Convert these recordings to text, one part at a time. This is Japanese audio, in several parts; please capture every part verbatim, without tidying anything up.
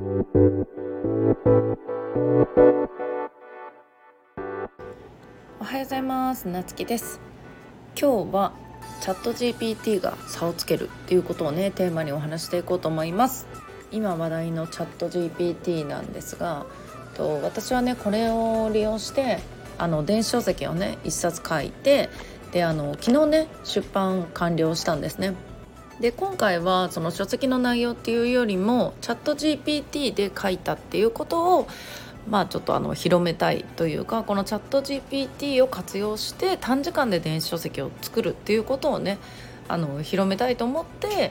おはようございます。なつきです。今日はチャット ジーピーティー が差をつけるっていうことをねテーマにお話していこうと思います。今話題のチャット ジーピーティー なんですが、と私はねこれを利用してあの電子書籍をね一冊書いて、であの昨日ね出版完了したんですね。で今回はその書籍の内容っていうよりもチャット ジーピーティー で書いたっていうことをまあちょっとあの広めたいというか、このチャット ジーピーティー を活用して短時間で電子書籍を作るっていうことをねあの広めたいと思って、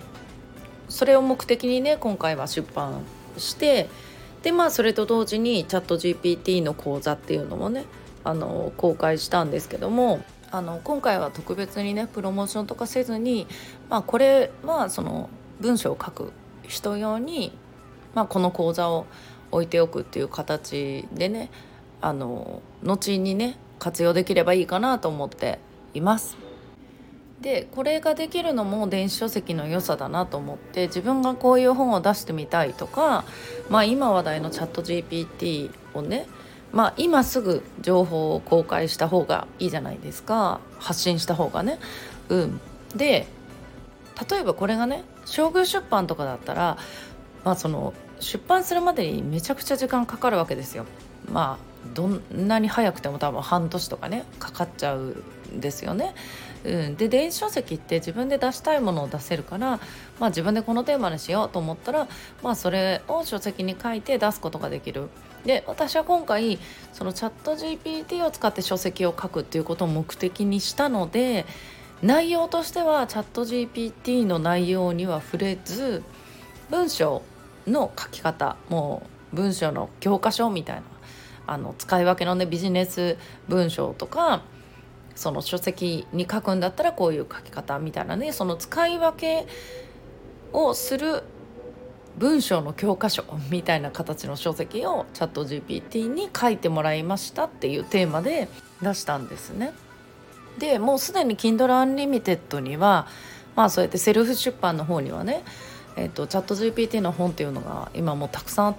それを目的にね今回は出版して、でまあそれと同時にチャット ジーピーティー の講座っていうのもねあの公開したんですけども、あの今回は特別にねプロモーションとかせずに、まあ、これはその文章を書く人用に、まあ、この講座を置いておくっていう形でねあの後にね活用できればいいかなと思っています。でこれができるのも電子書籍の良さだなと思って、自分がこういう本を出してみたいとか、まあ、今話題のチャット ジーピーティー をね、まあ、今すぐ情報を公開した方がいいじゃないですか、発信した方がね。うん、で例えばこれがね商業出版とかだったら、まあ、その出版するまでにめちゃくちゃ時間かかるわけですよ。まあどんなに早くても多分半年とかねかかっちゃうんですよね。うん、で電子書籍って自分で出したいものを出せるから、まあ、自分でこのテーマにしようと思ったら、まあ、それを書籍に書いて出すことができる。で私は今回そのチャット ジーピーティー を使って書籍を書くっていうことを目的にしたので、内容としてはチャット ジーピーティー の内容には触れず、文章の書き方、もう文章の教科書みたいなあの使い分けのねビジネス文章とか、その書籍に書くんだったらこういう書き方みたいなね、その使い分けをする文章の教科書みたいな形の書籍をチャット ジーピーティー に書いてもらいましたっていうテーマで出したんですね。でもうすでに Kindle Unlimited には、まあそうやってセルフ出版の方にはね、えっと、チャット ジーピーティー の本っていうのが今もうたくさんあって、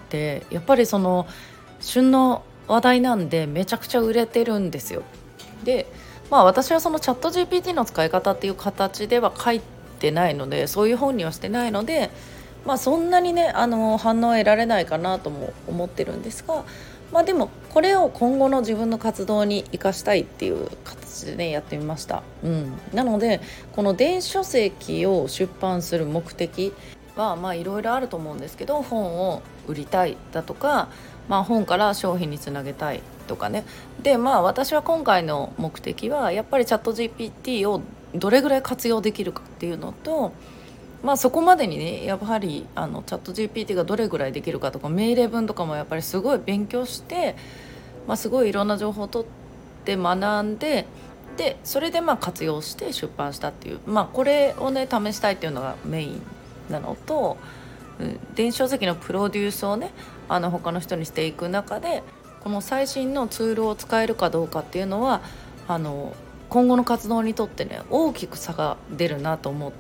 やっぱりその旬の話題なんでめちゃくちゃ売れてるんですよ。でまあ私はそのチャット ジーピーティー の使い方っていう形では書いてないので、そういう本にはしてないので、まあそんなにねあの反応を得られないかなとも思ってるんですが、まあでもこれを今後の自分の活動に生かしたいっていう形でねやってみました。うん、なのでこの電子書籍を出版する目的はまあいろいろあると思うんですけど、本を売りたいだとか、まあ、本から商品につなげたいとかね。でまあ私は今回の目的はやっぱりチャット ジーピーティー をどれぐらい活用できるかっていうのと、まあそこまでにねやはりあのチャット ジーピーティー がどれぐらいできるかとか、命令文とかもやっぱりすごい勉強して、まあ、すごいいろんな情報を取って学んで、でそれでまあ活用して出版したっていう、まあこれをね試したいっていうのがメインなのと、うん、電子書籍のプロデュースをねあの他の人にしていく中で、この最新のツールを使えるかどうかっていうのはあの今後の活動にとってね大きく差が出るなと思って、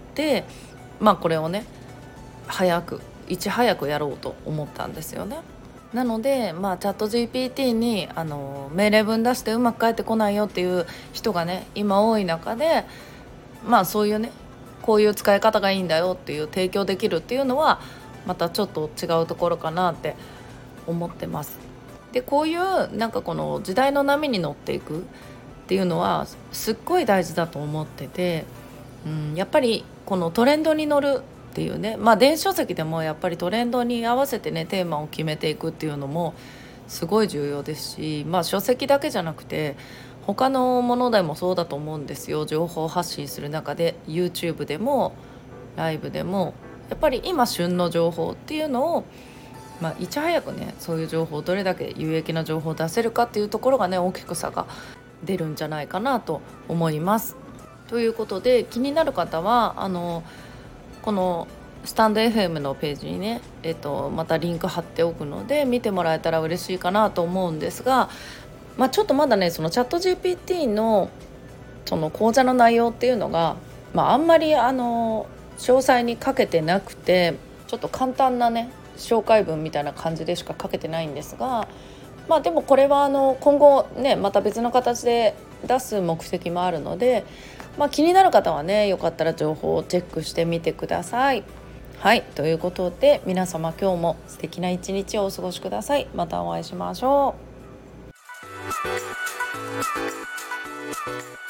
まあこれをね早くいち早くやろうと思ったんですよね。なので、まあ、チャット ジーピーティー にあの命令文出してうまく返ってこないよっていう人がね今多い中で、まあそういうねこういう使い方がいいんだよっていう提供できるっていうのはまたちょっと違うところかなって思ってます。でこういうなんかこの時代の波に乗っていくっていうのはすっごい大事だと思ってて、うん、やっぱりこのトレンドに乗るっていうね、まあ電子書籍でもやっぱりトレンドに合わせてねテーマを決めていくっていうのもすごい重要ですし、まあ書籍だけじゃなくて他のものでもそうだと思うんですよ。情報発信する中で YouTube でもライブでもやっぱり今旬の情報っていうのを、まあ、いち早くねそういう情報をどれだけ有益な情報を出せるかっていうところがね大きく差が出るんじゃないかなと思います。ということで気になる方はあのこのスタンド エフエム のページにね、えっと、またリンク貼っておくので見てもらえたら嬉しいかなと思うんですが、まあ、ちょっとまだねそのチャット ジーピーティー のその講座の内容っていうのが、まあ、あんまりあの詳細に書けてなくて、ちょっと簡単なね紹介文みたいな感じでしか書けてないんですが、まあでもこれはあの今後ねまた別の形で出す目的もあるので、まあ、気になる方はねよかったら情報をチェックしてみてください。はい、ということで皆様今日も素敵な一日をお過ごしください。またお会いしましょう。